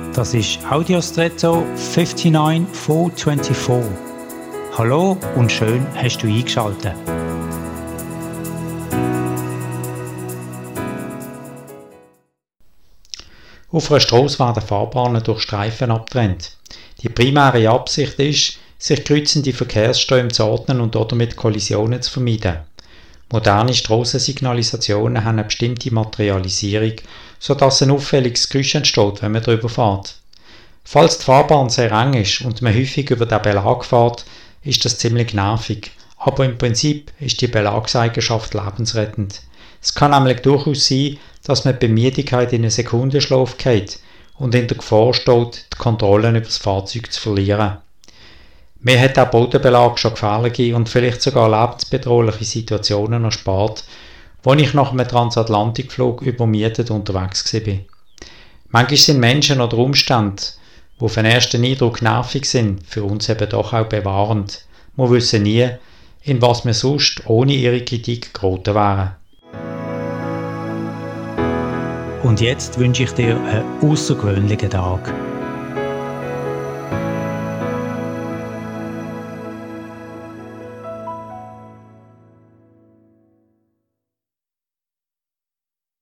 Das ist Audiostretto 59424. Hallo und schön hast du eingeschaltet. Auf einer Strasse werden Fahrbahnen durch Streifen abgetrennt. Die primäre Absicht ist, sich kreuzende Verkehrsströme zu ordnen und damit Kollisionen zu vermeiden. Moderne Strassensignalisationen haben eine bestimmte Materialisierung, sodass ein auffälliges Geräusch entsteht, wenn man darüber fährt. Falls die Fahrbahn sehr eng ist und man häufig über den Belag fährt, ist das ziemlich nervig. Aber im Prinzip ist die Belagseigenschaft lebensrettend. Es kann nämlich durchaus sein, dass man bei Müdigkeit in einen Sekundenschlaf fällt und in der Gefahr steht, die Kontrollen über das Fahrzeug zu verlieren. Mir hat der Bodenbelag schon gefährliche und vielleicht sogar lebensbedrohliche Situationen erspart, wo ich nach einem Transatlantikflug übermüdet unterwegs war. Manchmal sind Menschen oder Umstände, die auf den ersten Eindruck nervig sind, für uns eben doch auch bewahrend. Wir wissen nie, in was wir sonst ohne ihre Kritik geraten wären. Und jetzt wünsche ich dir einen außergewöhnlichen Tag.